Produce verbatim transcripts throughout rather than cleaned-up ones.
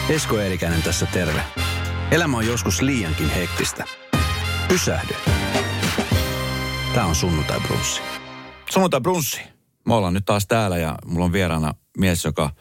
Esko Eerikäinen tässä terve. Elämä on joskus liiankin hektistä. Pysähdy. Tää on Sunnuntai Brunssi. Sunnuntai Brunssi. Me ollaan nyt taas täällä ja mulla on vieraana mies, joka...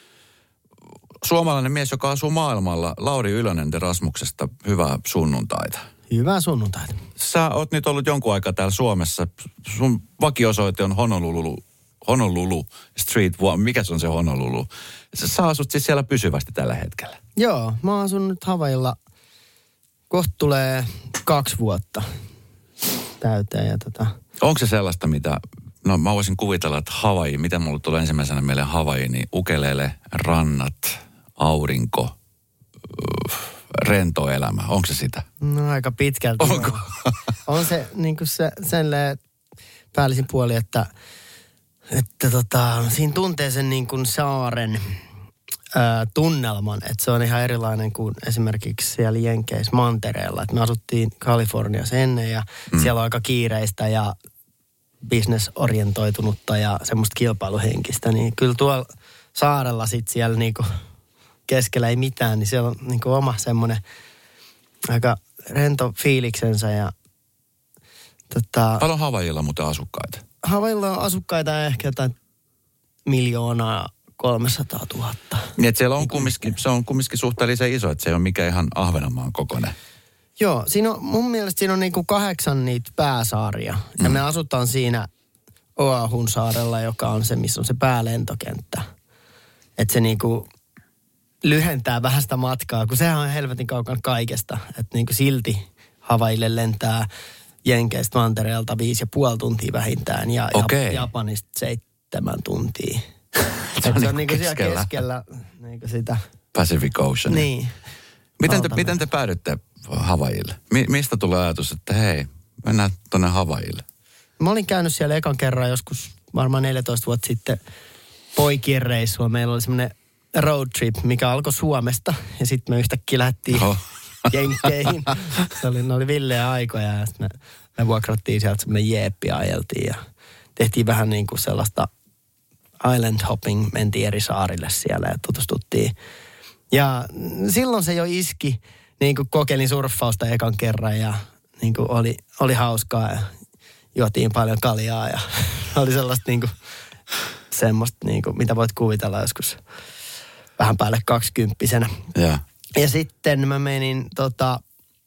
Suomalainen mies, joka asuu maailmalla. Lauri Ylönen de Rasmuksesta. Hyvää sunnuntaita. Hyvää sunnuntaita. Sä oot nyt ollut jonkun aikaa täällä Suomessa. Sun vakiosoite on Honolulu. Honolulu Street One. Mikä se on se Honolulu? Sä asut siis siellä pysyvästi tällä hetkellä. Joo, mä asun nyt Havailla. Kohta tulee kaksi vuotta täyteen. Ja tota... Onko se sellaista, mitä... No mä voisin kuvitella, että Havaii, mitä mulle tulee ensimmäisenä mieleen Havaii, niin ukelele, rannat, aurinko, rento elämä. Onko se sitä? No aika pitkälti. Onko? On se niin kuin se senleen päällisin puoli, että, että tota, siinä tuntee sen niin kuin saaren ää, tunnelman. Että se on ihan erilainen kuin esimerkiksi siellä Jenkeissä mantereella. Että me asuttiin Kaliforniassa ennen ja mm. siellä on aika kiireistä ja business-orientoitunutta ja semmoista kilpailuhenkistä, niin kyllä tuolla saarella sitten siellä niinku keskellä ei mitään, niin siellä on niinku oma semmoinen aika rento fiiliksensä ja tota... Paljon Havaijilla muuten asukkaita? Havaijilla on asukkaita ehkä jotain miljoonaa kolmesataa tuhatta. Niin että siellä on kumminkin, se on kumminkin suhteellisen iso, että se ei ole mikään ihan Ahvenanmaan kokoinen. Joo, siinä on, mun mielestä siinä on niinku kahdeksan niitä pääsaaria. Ja mm. me asutaan siinä Oahun saarella, joka on se, missä on se päälentokenttä. Että se niinku lyhentää vähän sitä matkaa, kun sehän on helvetin kaukana kaikesta. Että niinku silti Havaille lentää Jenkeistä mantereelta viisi ja puoli tuntia vähintään. Ja okay. Japanista seitsemän tuntia. se on, se on niinku niinku keskellä. siellä keskellä niinku sitä. Pacific Ocean. Niin. Miten te, miten te päädytte Havaijille? Mi- mistä tulee ajatus, että hei, mennään tuonne Havaijille? Mä olin käynyt siellä ekan kerran joskus varmaan neljätoista vuotta sitten poikien reissua. Meillä oli semmoinen road trip, mikä alkoi Suomesta ja sitten me yhtäkkiä lähdettiin oh. Jenkkeihin. Se oli, ne oli villeä aikoja ja sitten me, me vuokrattiin sieltä semmoinen jeeppi ja ajeltiin ja tehtiin vähän niin kuin sellaista island hopping, mentiin eri saarille siellä ja tutustuttiin. Ja silloin se jo iski, niin kuin kokeilin surffausta ekan kerran ja niin kuin oli, oli hauskaa ja juotiin paljon kaljaa ja oli sellaista niin kuin, semmoista, niin kuin, mitä voit kuvitella joskus vähän päälle kaksikymppisenä. Ja, ja sitten mä menin tota,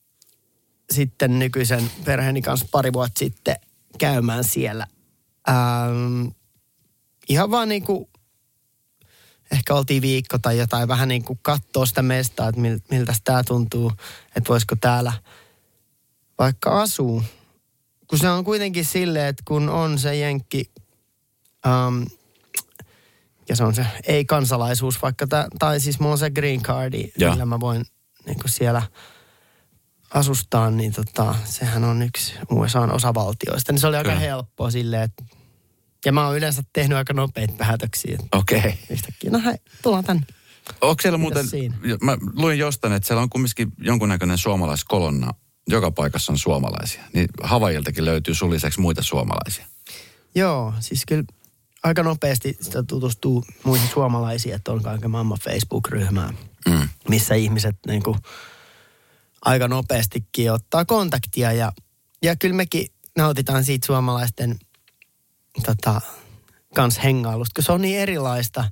sitten nykyisen perheeni kanssa pari vuotta sitten käymään siellä. Ähm, ihan vaan niin kuin ehkä oltiin viikko tai jotain, vähän niin kuin kattoo sitä mestaa, että miltä tämä tuntuu, että voisiko täällä vaikka asua. Kun se on kuitenkin silleen, että kun on se jenkki, um, ja se on se ei-kansalaisuus vaikka, tää, tai siis mulla on se green cardi, ja. Millä mä voin niin kuin siellä asustaa, niin tota, sehän on yksi U S A:n osavaltioista. Niin se oli aika Kyllä. helppoa silleen, että ja mä oon yleensä tehnyt aika nopeita päätöksiä. Okei. Okay. Yhtäkkiä, no hei, tullaan tänne. Onko siellä muuten, mä luin jostain, että siellä on kumminkin jonkunnäköinen suomalaiskolonna. Joka paikassa on suomalaisia. Niin Havaijiltakin löytyy sun lisäksi muita suomalaisia. Joo, siis kyllä aika nopeasti sitä tutustuu muihin suomalaisiin, että on kaiken maailman Facebook-ryhmää, mm. missä ihmiset niin kuin aika nopeastikin ottaa kontaktia. Ja, ja kyllä mekin nautitaan siitä suomalaisten tota, kans hengailusta, kun se on niin erilaista.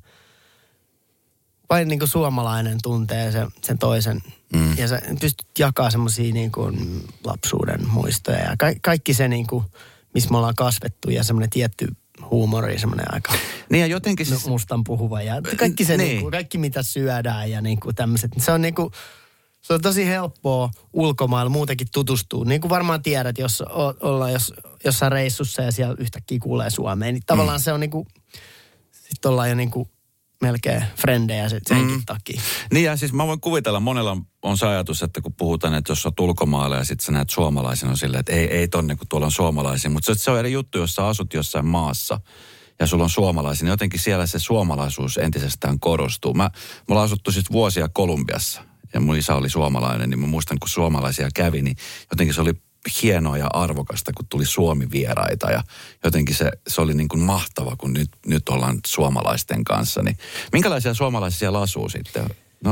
Vain niin kuin suomalainen tuntee sen, sen toisen. Mm. Ja sä pystyt jakamaan semmoisia niin kuin lapsuuden muistoja. Ja ka- kaikki se, niin kuin, missä me ollaan kasvettu ja semmoinen tietty huumori, semmoinen aika niin ja jotenkin siis... mustan puhuva. Ja kaikki se, niin. Niin kuin, kaikki mitä syödään ja niin kuin tämmöiset. Se on niin kuin, se on tosi helppoa ulkomailla muutenkin tutustua. Niin kuin varmaan tiedät, jos o- ollaan jos, jossain reissussa ja siellä yhtäkkiä kuulee suomeen. Niin tavallaan mm. se on niin kuin, sitten ollaan jo niin kuin melkein frendejä senkin mm. takia. Niin ja siis mä voin kuvitella, monella on se ajatus, että kun puhutaan, että jos olet ulkomailla ja sitten sä näet suomalaisen, on silleen, että ei, ei tonne, kun tuolla on suomalaisia. Mutta se on eri juttu, jos sä asut jossain maassa ja sulla on suomalaisia, niin jotenkin siellä se suomalaisuus entisestään korostuu. Mä, me ollaan asuttu sitten vuosia Kolumbiassa ja mun isä oli suomalainen, niin mä muistan, kun suomalaisia kävi, niin jotenkin se oli hienoa ja arvokasta, kun tuli Suomi-vieraita ja jotenkin se, se oli niin kuin mahtava, kun nyt, nyt ollaan suomalaisten kanssa. Niin minkälaisia suomalaisia siellä asuu sitten? No,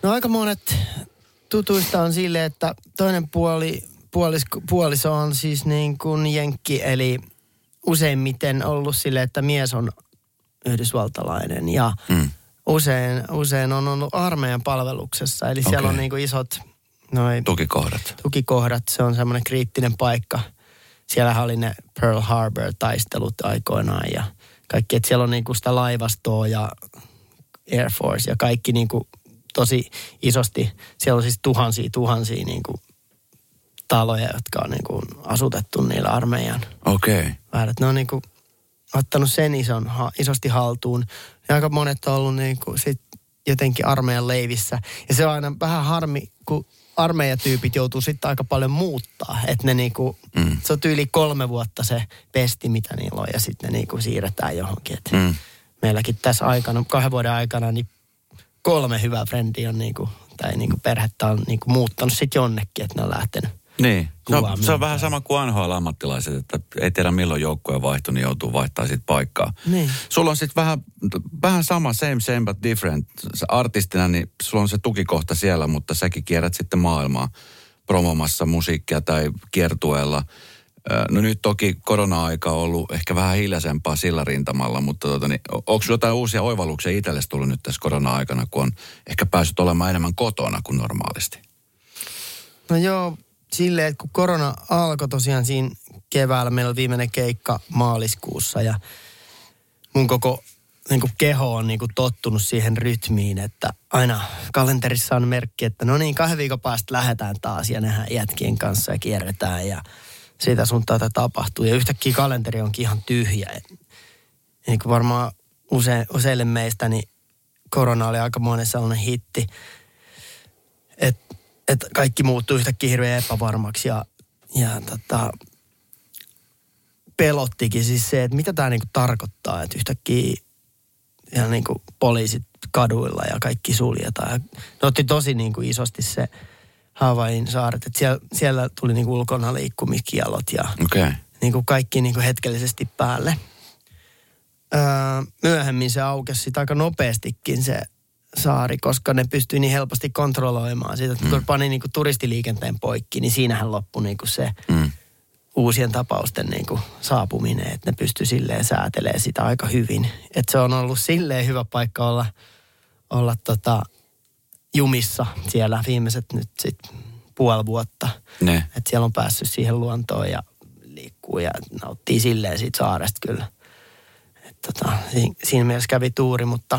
No aika monet tutuista on silleen, että toinen puoli, puolis, puoliso on siis niin kuin jenkki, eli useimmiten ollut silleen, että mies on yhdysvaltalainen ja mm. usein, usein on ollut armeijan palveluksessa. Eli okay. siellä on niin kuin isot noi, tukikohdat. tukikohdat. Se on semmoinen kriittinen paikka. Siellähän oli ne Pearl Harbor-taistelut aikoinaan ja kaikki, että siellä on niin kuin sitä laivastoa ja Air Force ja kaikki niin kuin tosi isosti. Siellä on siis tuhansia, tuhansia niin kuin taloja, jotka on niin kuin asutettu niillä armeijan. Okei. Okay. Ne on niin kuin ottanut sen ison, ha, isosti haltuun. Ja aika monet on ollut niin kuin sit jotenkin armeijan leivissä. Ja se on aina vähän harmi, kun armeijatyypit joutuu sitten aika paljon muuttaa. Että ne niin kuin, mm. se on yli kolme vuotta se pesti, mitä niillä on. Ja sitten ne niin kuin siirretään johonkin. Et mm. meilläkin tässä aikana, kahden vuoden aikana, niin kolme hyvää frendiä on niin kuin, tai niin kuin perhettä on niin kuin muuttanut sitten jonnekin, että ne on lähtenyt. Niin, se on, se on vähän sama kuin N H L-ammattilaiset, että ei tiedä milloin joukkue vaihtui, niin joutuu vaihtamaan sitten paikkaa. Niin. Sulla on sitten vähän, vähän sama, same, same but different. Sä artistina, niin sulla on se tukikohta siellä, mutta säkin kierrät sitten maailmaa promomassa musiikkia tai kiertueella. No nyt toki korona-aika on ollut ehkä vähän hiljaisempaa sillä rintamalla, mutta tota, niin, onko jotain uusia oivalluksia itsellesi tullut nyt tässä korona-aikana, kun on ehkä päässyt olemaan enemmän kotona kuin normaalisti? No joo, silleen, että kun korona alkoi tosiaan siinä keväällä, meillä oli viimeinen keikka maaliskuussa ja mun koko niin kuin keho on niin kuin tottunut siihen rytmiin, että aina kalenterissa on merkki, että no niin, kahden viikon päästä lähdetään taas ja nähdään jätkien kanssa ja kierretään ja siitä sun tätä tapahtuu. Ja yhtäkkiä kalenteri onkin ihan tyhjä. Niin kuin varmaan use, useille meistä, niin korona oli aika monen sellainen hitti, että et kaikki muuttui yhtäkkiä hirveän epävarmaksi ja, ja tota, pelottikin siis se, että mitä tämä niinku tarkoittaa, että yhtäkkiä ja niinku poliisit kaduilla ja kaikki suljetaan. Ja ne otti tosi niinku isosti se Havain saaret, että siellä, siellä tuli niinku ulkona liikkumiskielot ja okay. niinku kaikki niinku hetkellisesti päälle. Öö, myöhemmin se aukesi sit aika nopeastikin se saari, koska ne pystyi niin helposti kontrolloimaan siitä, että mm. kun pani niinku turistiliikenteen poikki, niin siinähän loppui niinku se mm. uusien tapausten niinku saapuminen, että ne pystyi silleen säätelemään sitä aika hyvin. Että se on ollut silleen hyvä paikka olla, olla tota jumissa siellä viimeiset nyt sit puoli vuotta. Ne. Että siellä on päässyt siihen luontoon ja liikkuu ja nauttii silleen siitä saaresta kyllä. Että tota, siinä mielessä kävi tuuri, mutta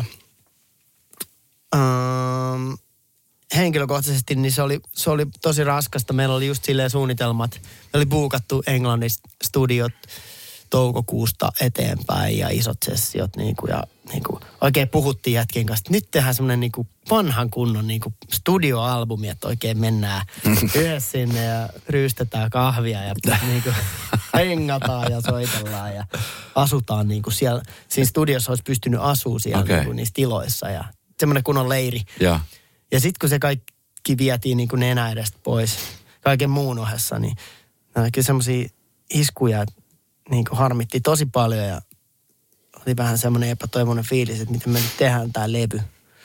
ähm, henkilökohtaisesti niin se oli, se oli tosi raskasta. Meillä oli just silleen suunnitelmat. Me oli buukattu Englannista studiot toukokuusta eteenpäin ja isot sessiot niinku ja niinku oikein puhuttiin jätkien kanssa, että nyt tehdään semmoinen niinku vanhan kunnon niinku studioalbumi, että oikein mennään yhdessä sinne ja ryystetään kahvia ja niinku hengataan ja soitellaan ja asutaan niinku siellä. Siinä studiossa olisi pystynyt asumaan siellä okay. niinku niissä tiloissa ja semmoinen kunnon leiri. Ja, ja sitten kun se kaikki vietiin niinku nenä edestä pois kaiken muun ohessa, niin kyllä semmoisia iskuja niin kuin harmitti tosi paljon ja oli vähän semmoinen epätoivoinen fiilis, että miten me nyt tehdään tää levy.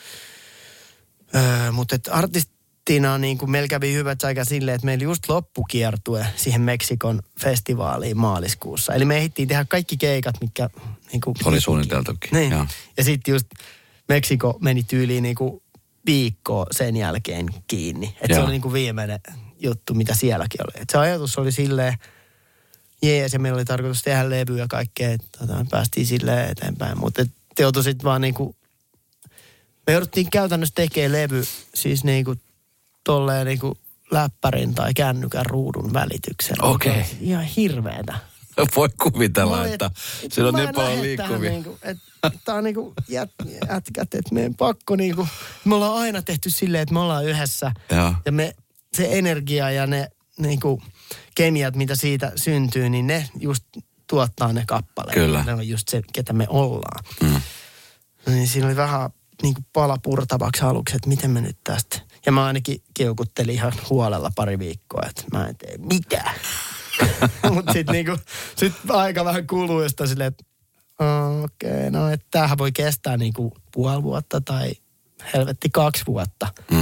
Öö, mutta artistina niin kuin meillä kävi hyvät aika silleen, että meillä just loppukiertue siihen Meksikon festivaaliin maaliskuussa. Eli me ehdittiin tehdä kaikki keikat, mitkä niin kuin oli suunniteltukin. Niin. Ja, ja sitten just Meksiko meni tyyliin niin kuin viikkoa sen jälkeen kiinni. Että se oli niin kuin viimeinen juttu, mitä sielläkin oli. Et se ajatus oli silleen, jees, ja meillä oli tarkoitus tehdä levyä ja kaikkea, että tota, päästiin silleen eteenpäin. Mutta te joutui sitten vaan niinku, me jouduttiin käytännössä tekemään levy siis niinku tolleen niinku läppärin tai kännykän ruudun välityksellä. Okei. Okay. Ihan hirveetä. Voi kuvitella, et, että siellä on niin paljon liikkuvia. Niinku, Tämä on niinku jät, jätkät, että meidän pakko niinku, me ollaan aina tehty silleen, että me ollaan yhdessä. Ja, ja me, se energia ja ne niinku kemiat, mitä siitä syntyy, niin ne just tuottaa ne kappaleet. Kyllä. Ne on just se, ketä me ollaan. Mm. Niin siinä oli vähän niin kuin pala purtavaksi aluksi, että miten me nyt tästä. Ja mä ainakin kiukuttelin ihan huolella pari viikkoa, että mä en tee mitään. Mutta sitten niinku, sit aika vähän kuluu jostain silleen, että okei, okay, no että tämähän voi kestää niinku puoli vuotta tai helvetti kaksi vuotta. Mm.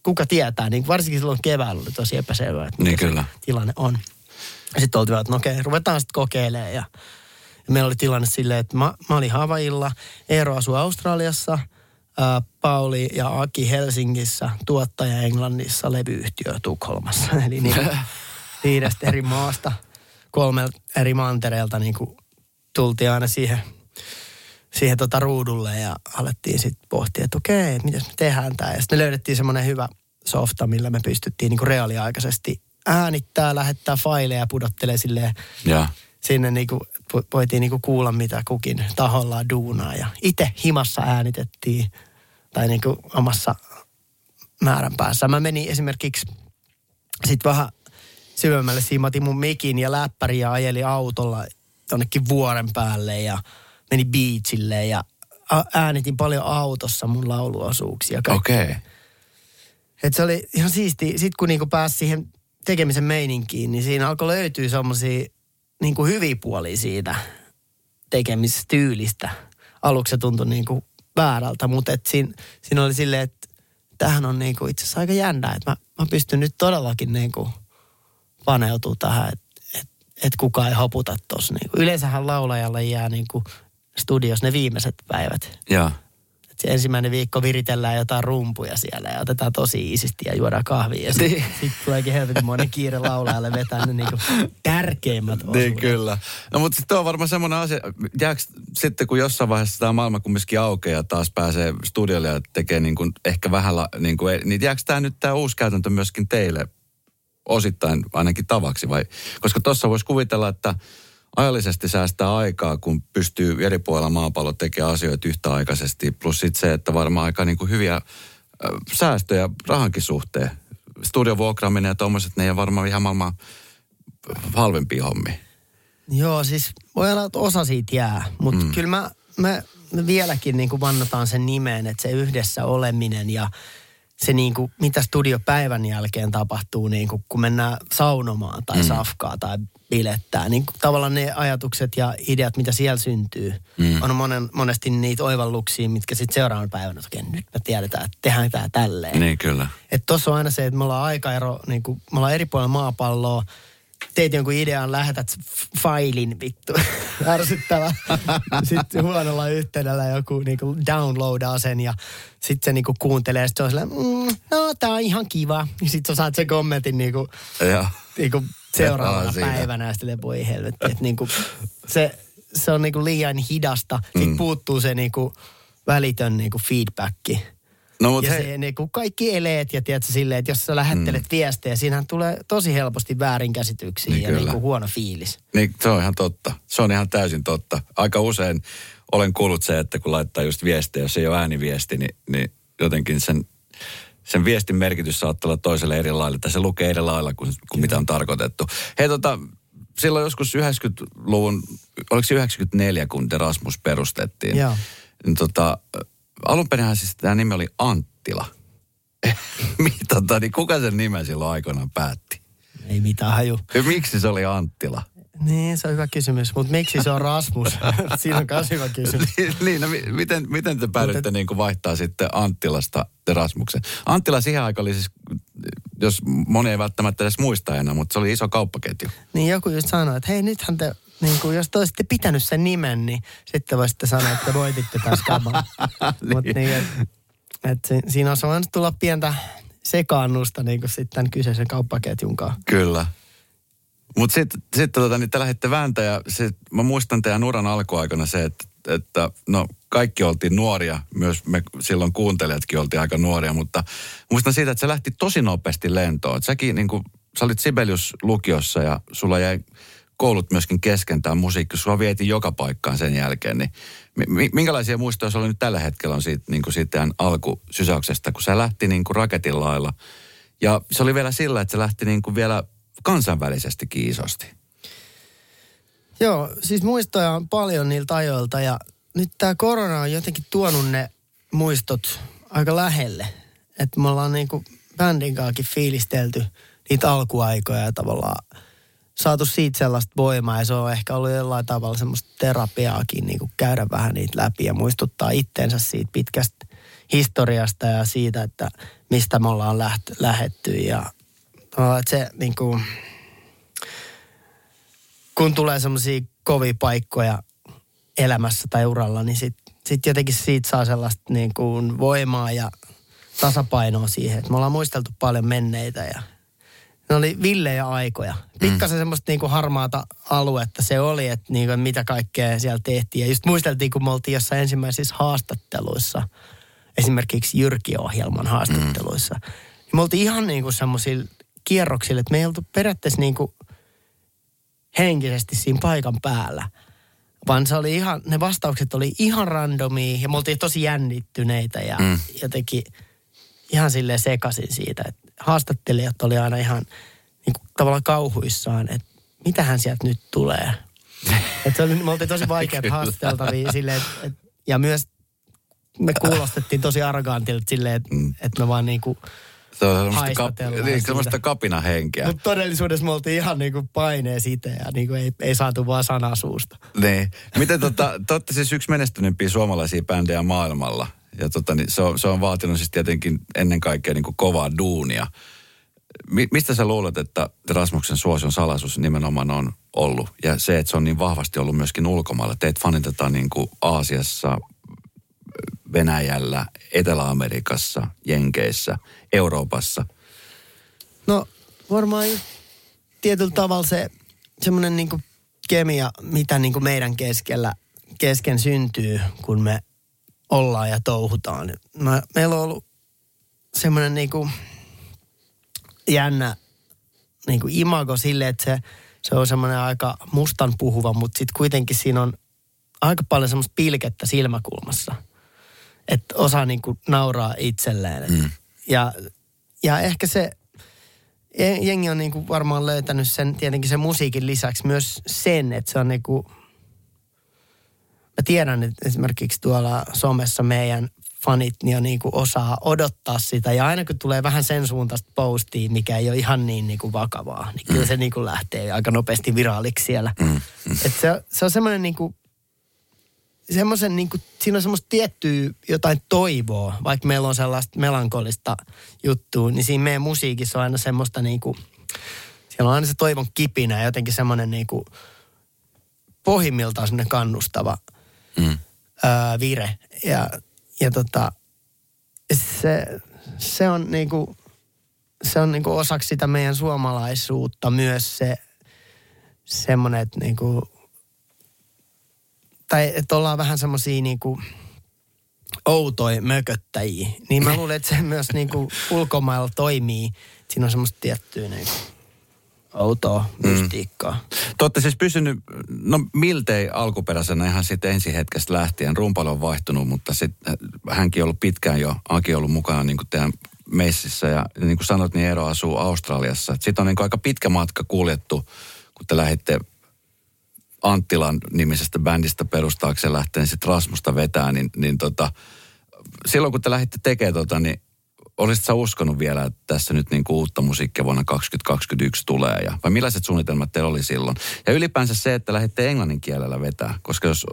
kuka tietää, niin varsinkin silloin keväällä oli tosi epäselvää, että niin kyllä. tilanne on. Sitten oltiin, että no okei, ruvetaan sitten kokeilemaan. Ja, ja meillä oli tilanne silleen, että mä, mä olin Havaijilla, Eero asui Australiassa, ää, Pauli ja Aki Helsingissä, tuottaja Englannissa, levyyhtiö Tukholmassa. Eli niin viidestä eri maasta, kolmelta eri mantereelta niin kuin tultiin aina siihen, siihen tota ruudulle ja alettiin sitten pohtia, että okei, miten me tehdään tämä. Ja sitten me löydettiin semmoinen hyvä softa, millä me pystyttiin niin kuin reaaliaikaisesti äänittää, lähettää faileja ja pudottelee silleen ja. sinne niinku, voitiin niinku kuulla, mitä kukin tahollaan duunaa. Ja itse himassa äänitettiin tai niinku omassa määränpäässä. Mä menin esimerkiksi sitten vähän syvemmälle, siimatin mun mikin ja läppäri ja ajeli autolla jonnekin vuoren päälle ja meni beachille ja äänitin paljon autossa mun lauluosuuksia. Okei. Okay. Että se oli ihan siistiä. Sitten kun niinku pääsi siihen tekemisen meininkiin, niin siinä alkoi löytyä semmoisia niin kuin hyviä puolia siitä tekemistyylistä. Aluksi se tuntui niin kuin väärältä, mutta et siinä, siinä oli silleen, että tämähän on niin kuin itse asiassa aika jännää, että mä, mä pystyn nyt todellakin niin kuin paneutumaan tähän, että et, et kukaan ei hoputa tuossa. Niin yleensähän laulajalle jää niin kuin studiossa ne viimeiset päivät. Joo. Se ensimmäinen viikko viritellään jotain rumpuja siellä ja otetaan tosi iisisti ja juodaan kahvia. Ja sitten sit tuleekin helvetinmoinen kiire laulajalle vetää ne niinku tärkeimmät osuudet. Niin kyllä. No mutta sitten on varmaan semmoinen asia, jääkö sitten kun jossain vaiheessa tämä maailma kumminkin aukeaa ja taas pääsee studiolle ja tekee niin kuin ehkä vähän, niin, kuin, niin jääkö tämä nyt tämä uusi käytäntö myöskin teille osittain ainakin tavaksi vai? Koska tuossa voisi kuvitella, että ajallisesti säästää aikaa, kun pystyy eri puolilla maapalloa tekemään asioita yhtäaikaisesti. Plus sitten se, että varmaan aika niin kuin hyviä äh, säästöjä rahankin suhteen. Studion vuokraaminen ja tuommoiset, ne ei ole varmaan ihan maailman halvempia hommia. Joo, siis voi olla, että osa siitä jää. Mutta mm. kyllä mä, mä vieläkin niin kuin vannotaan sen nimeen, että se yhdessä oleminen ja se niin kuin, mitä studiopäivän jälkeen tapahtuu, niin kuin, kun mennään saunomaan tai mm. safkaa tai bilettää. Niin kuin, tavallaan ne ajatukset ja ideat, mitä siellä syntyy, mm. on monen, monesti niitä oivalluksia, mitkä sitten seuraavan päivänä, että okei, nyt me tiedetään, että tehdään tämä tälleen. Niin, kyllä. Että tuossa on aina se, että me ollaan aikaero, niin kuin, me ollaan eri puolilla maapalloa, teit jonkun idean, lähetät failin, vittu, ärsyttävä. Sitten huonolla yhteydellä joku niinku downloadaa sen ja sitten se niinku kuuntelee ja sitten se on silleen, mm, no tää on ihan kiva. Sitten sä saat sen kommentin niinku, niinku seuraavana päivänä ja sitten voi helvetti. Että niinku se, se on niinku liian hidasta. Sitten mm. puuttuu se niinku välitön niinku feedbacki. No, mutta ja hei. se, niin kuin kaikki eleet ja tiedätkö silleen, että jos sä lähettelet mm. viestejä, siinähän tulee tosi helposti väärinkäsityksiä niin ja niin kuin huono fiilis. Niin, se on ihan totta. Se on ihan täysin totta. Aika usein olen kuullut se, että kun laittaa just viestejä, jos ei ole ääniviesti, niin, niin jotenkin sen, sen viestin merkitys saattaa olla toiselle eri lailla. Tai se lukee eri lailla kuin, kuin mitä on tarkoitettu. Hei tota, silloin joskus yhdeksänkymmentäluvun, oliko se yhdeksänkymmentäneljä, kun Erasmus perustettiin? Joo. Niin tota... Alunperinhän siis tämä nimi oli Anttila. tota, niin kuka sen nimen silloin aikoinaan päätti? Ei mitään haju. Miksi se oli Anttila? Niin, se on hyvä kysymys. Mutta miksi se on Rasmus? Siinä on myös hyvä kysymys. niin, no miten, miten te päädytte niin kuin vaihtaa sitten Anttilasta Rasmuksen? Anttila siihen aikaan oli siis, jos moni ei välttämättä edes muista enää, mutta se oli iso kauppaketju. Niin joku just sanoi, että hei nythän te... Niin kuin jos te olisitte pitänyt sen nimen, niin sitten voisitte sanoa, että voititte taas kamaa. niin. Mutta niin, että et siinä on voinut tulla pientä sekaannusta niin kuin sitten tämän kyseisen kauppaketjun kanssa. Kyllä. Mutta sitten sit, tota, niin te lähditte vääntä ja sit, mä muistan teidän uran alkuaikana se, että, että no kaikki oltiin nuoria, myös me silloin kuuntelijatkin oltiin aika nuoria, mutta muistan siitä, että se lähti tosi nopeasti lentoon. Et säkin niin kuin, sä olit Sibelius-lukiossa ja sulla jäi koulut myöskin kesken tämä musiikki, sua vietiin joka paikkaan sen jälkeen, niin minkälaisia muistoja sulla nyt tällä hetkellä on siitä, niin kuin siitä alkusysäyksestä, kun se lähti niin kuin raketin lailla. Ja se oli vielä sillä, että se lähti niin kuin vielä kansainvälisesti isosti. Joo, siis muistoja on paljon niiltä ajoilta ja nyt tämä korona on jotenkin tuonut ne muistot aika lähelle. Että me ollaan niin kuin bändin kanssa fiilistelty niitä alkuaikoja ja tavallaan saatu siitä sellaista voimaa ja se on ehkä ollut jollain tavalla semmoista terapiaakin niin kuin käydä vähän niitä läpi ja muistuttaa itteensä siitä pitkästä historiasta ja siitä, että mistä me ollaan läht, lähetty. Ja että se niin kuin, kun tulee semmoisia kovia paikkoja elämässä tai uralla, niin sitten sit jotenkin siitä saa sellaista niin kuin voimaa ja tasapainoa siihen. Että me ollaan muisteltu paljon menneitä ja ne oli villejä aikoja. Pikkasen mm. semmoista niinku harmaata aluetta se oli, että niinku, mitä kaikkea siellä tehtiin. Ja just muisteltiin, kun me oltiin jossain ensimmäisissä haastatteluissa, esimerkiksi Jyrki-ohjelman haastatteluissa. Mm. Niin me oltiin ihan niinku semmoisilla kierroksilla, että me ei oltu periaatteessa niinku henkisesti siinä paikan päällä. Vaan se oli ihan, ne vastaukset oli ihan randomia ja me oltiin tosi jännittyneitä ja mm. jotenkin ihan silleen sekaisin siitä, että haastattelijat oli aina ihan niin kuin, tavallaan kauhuissaan, että mitähän sieltä nyt tulee. Että se oli, me oltiin tosi vaikeat haastateltavia silleen, että, et, ja myös me kuulostettiin tosi arrogantilta silleen, että, mm. että me vaan niin kuin se on semmoista, kap, niin, semmoista kapinahenkeä. Mutta todellisuudessa me oltiin ihan niin kuin paineen siitä ja niin kuin ei, ei saatu vaan sanaa suusta. Niin. Miten tota, te olette siis yksi menestyneempiä suomalaisia bändejä maailmalla. Ja tota, niin se, on, se on vaatinut siis tietenkin ennen kaikkea niin kuin kovaa duunia. Mi, mistä sä luulet, että Rasmuksen suosion salaisuus nimenomaan on ollut? Ja se, että se on niin vahvasti ollut myöskin ulkomailla. Teet fanitetaan niin kuin Aasiassa, Venäjällä, Etelä-Amerikassa, Jenkeissä, Euroopassa. No varmaan just tietyllä tavalla se semmoinen niin kuin kemia, mitä niin kuin meidän keskellä, kesken syntyy, kun me ollaan ja touhutaan. Mä, meillä on ollut semmoinen niinku jännä niinku imago silleen, että se, se on semmoinen aika mustan puhuva, mutta sitten kuitenkin siinä on aika paljon semmoista pilkettä silmäkulmassa. Että osaa niinku nauraa itselleen. Et, mm. ja, ja ehkä se, jengi on niinku varmaan löytänyt sen, tietenkin sen musiikin lisäksi myös sen, että se on niinku, mä tiedän, että esimerkiksi tuolla somessa meidän fanit niin niinku osaa odottaa sitä. Ja aina kun tulee vähän sen suuntaista postia, mikä ei ole ihan niin niinku vakavaa, niin kyllä mm. se niinku lähtee aika nopeasti viraaliksi siellä. Mm. Mm. Että se, se on semmoinen niinku, semmoisen niinku, siinä on semmoista tiettyä jotain toivoa, vaikka meillä on sellaista melankolista juttua, niin siinä meidän musiikissa on aina semmoista niinku, siellä on aina se toivon kipinä ja jotenkin semmoinen niinku, pohjimmiltaan semmoinen kannustava Mm. Ää, vire. Ja, ja tota, se, se on niinku, se on niinku osaksi sitä meidän suomalaisuutta myös se semmoinen, että niinku, tai että ollaan vähän semmosia niinku outoja mököttäjiä. Niin mä luulen, että se myös niinku ulkomailla toimii. Siinä on semmoista tiettyä niinku outoa mystiikkaa. Mm. Te olette siis pysynyt, no miltei alkuperäisenä ihan sitten ensi hetkestä lähtien. Rumpalo on vaihtunut, mutta sitten hänkin on ollut pitkään jo, Aki on ollut mukana niin kuin teidän messissä. Ja niin kuin sanoit, niin Eero asuu Australiassa. Sitten on niin kuin aika pitkä matka kuljettu, kun te lähditte Anttilan nimisestä bändistä perustaakseen lähteen sitten Rasmusta vetää, niin, niin tota, silloin kun te lähditte tekemään tota, niin olisit sä uskonut vielä, että tässä nyt niin kuin uutta musiikkia vuonna kaksituhattakaksikymmentäyksi tulee? Ja, vai millaiset suunnitelmat teillä oli silloin? Ja ylipäänsä se, että lähditte englannin kielellä vetää, koska jos,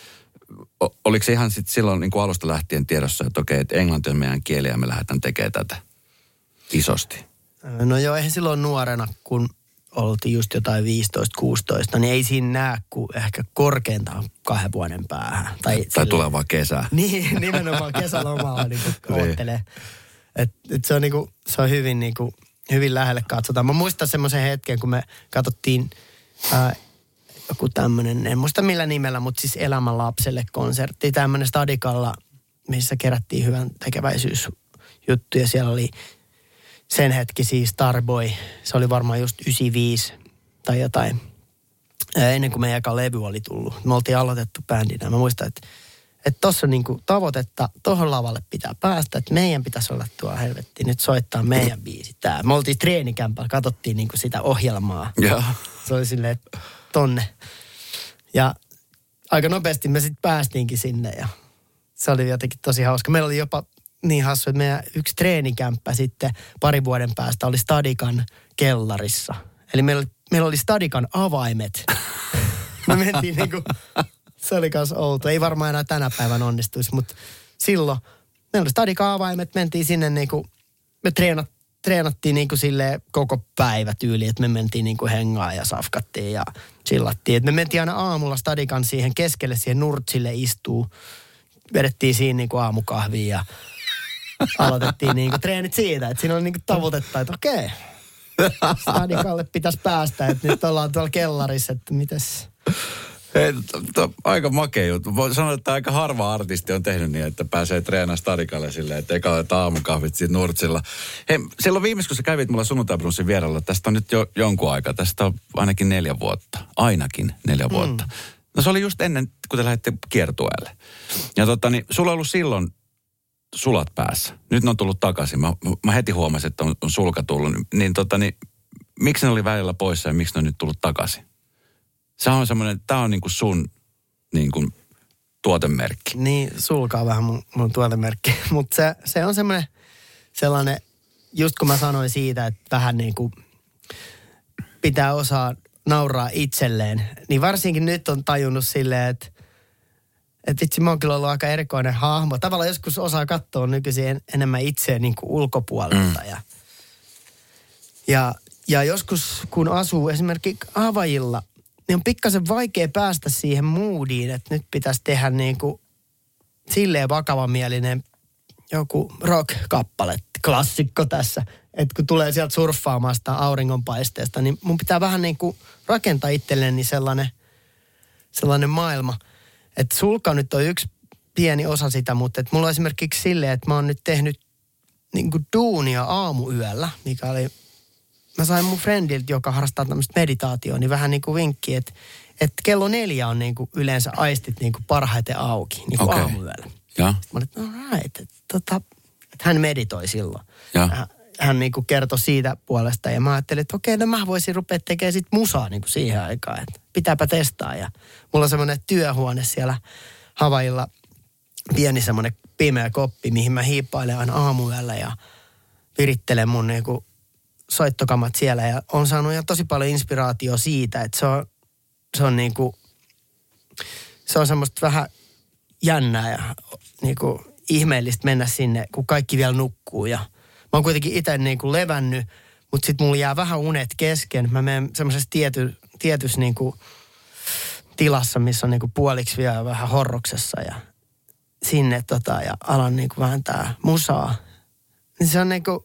oliko se ihan sit silloin niin kuin alusta lähtien tiedossa, että okei, että englanti on meidän kieli ja me lähdetään tekemään tätä isosti? No joo, eihän silloin nuorena, kun oltiin just jotain viisitoista kuusitoista, niin ei siinä näe kuin ehkä korkeintaan kahden vuoden päähän. Tai, tai tulevaa kesää. Niin, nimenomaan kesälomalla niin oottelee. Et, et se on niinku, se on hyvin niinku, hyvin lähelle katsotaan. Mä muistan semmoisen hetken, kun me katsottiin ää, joku tämmönen, en muista millä nimellä, mutta siis Elämän lapselle konsertti. Tämmönen Stadikalla, missä kerättiin hyvän tekeväisyysjuttuja. Siellä oli sen hetki siis Starboy. Se oli varmaan just yhdeksänkymmentäviisi tai jotain. Ää, ennen kuin meidän eka levy oli tullut. Me oltiin aloitettu bändinä. Mä muistan, että Että tuossa on niinku tavoitetta, tuohon lavalle pitää päästä, että meidän pitäisi olla tuo helvetti, nyt soittaa meidän biisi tää. Me oltiin treenikämpällä, katsottiin niinku sitä ohjelmaa. Ja. Se oli silleen, että tonne. Ja aika nopeasti me sitten päästiinkin sinne ja se oli jotenkin tosi hauska. Meillä oli jopa niin hassu, että meidän yksi treenikämppä sitten pari vuoden päästä oli Stadikan kellarissa. Eli meillä oli, meillä oli Stadikan avaimet. Me mentiin niinku... Se oli kans outo. Ei varmaan enää tänä päivänä onnistuisi, mutta silloin meillä oli stadikaavaimet, mentiin sinne niinku, me treenat, treenattiin niinku silleen koko päivä tyyli, että me mentiin niinku hengaan ja safkattiin ja chillattiin. Et me mentiin aina aamulla stadikan siihen keskelle, siihen nurtsille istuu. Vedettiin siinä niinku aamukahvia ja aloitettiin niinku treenit siitä, että siinä oli niinku tavoitetta, että okei, stadikalle pitäisi päästä, että nyt ollaan tuolla kellarissa, että mitäs... Hei, to, to, aika makea juttu. Voin sanoa, että aika harva artisti on tehnyt niin, että pääsee treenaamaan stadikalle silleen, että eka otetaan aamukahvit siitä nurtsilla. Hei, silloin viimeis, kun sä kävit mulla Sunnuntai Brunssin vierellä, tästä on nyt jo jonkun aika, tästä on ainakin neljä vuotta. Ainakin neljä mm. vuotta. No se oli just ennen, kun te lähditte kiertueelle. Ja tota, niin sulla on ollut silloin sulat päässä. Nyt ne on tullut takaisin. Mä, mä heti huomasin, että on, on sulka tullut. Niin tota, niin miksi ne oli välillä poissa ja miksi ne on nyt tullut takaisin? Se on semmoinen, tää on niinku sun niinku tuotemerkki. Niin, sulkaa vähän mun, mun tuotemerkki. Mutta se, se on semmoinen sellainen, just kun mä sanoin siitä, että vähän niinku pitää osaa nauraa itselleen. Niin varsinkin nyt on tajunnut silleen, että et vitsi, mä oon kyllä ollut aika erikoinen hahmo. Tavallaan joskus osaa katsoa nykyisin en, enemmän itseä niinku ulkopuolelta. Mm. Ja, ja, ja joskus kun asuu esimerkiksi Havajilla, niin on pikkasen vaikea päästä siihen moodiin, että nyt pitäisi tehdä niin kuin silleen vakavamielinen joku rock-kappale, klassikko tässä. Että kun tulee sieltä surffaamasta auringonpaisteesta, niin mun pitää vähän niin kuin rakentaa itselleni sellainen, sellainen maailma. Että sulka nyt on yksi pieni osa sitä, mutta että mulla on esimerkiksi silleen, että mä oon nyt tehnyt niin kuin duunia aamuyöllä, mikä oli... Mä sain mun friendiltä, joka harrastaa tämmöistä meditaatioa, niin vähän niin kuin vinkki, että, että kello neljä on niin kuin yleensä aistit niin kuin parhaiten auki, niin kuin okay. aamuyöllä. Ja. Mä olin, että no right, että, tota, että hän meditoi silloin. Ja. Hän, hän niin kuin kertoi siitä puolesta ja mä ajattelin, että okei, no mä voisin rupea tekemään sit musaa niin kuin siihen aikaan, että pitääpä testaa. Ja mulla on semmoinen työhuone siellä Havajilla, pieni semmoinen pimeä koppi, mihin mä hiippailen aina aamuyöllä ja virittelen mun niin kuin soittokamat siellä ja on saanut ihan tosi paljon inspiraatiota siitä, että se on, se on niinku, se on semmoista vähän jännää ja niinku ihmeellistä mennä sinne, kun kaikki vielä nukkuu ja mä oon kuitenkin itse niinku levännyt, mutta sit mulla jää vähän unet kesken. Mä menen semmoisessa tiety, tietyssä niinku tilassa, missä on niinku puoliksi vielä vähän horroksessa ja sinne tota ja alan niinku vähän tää musaa. Niin se on niinku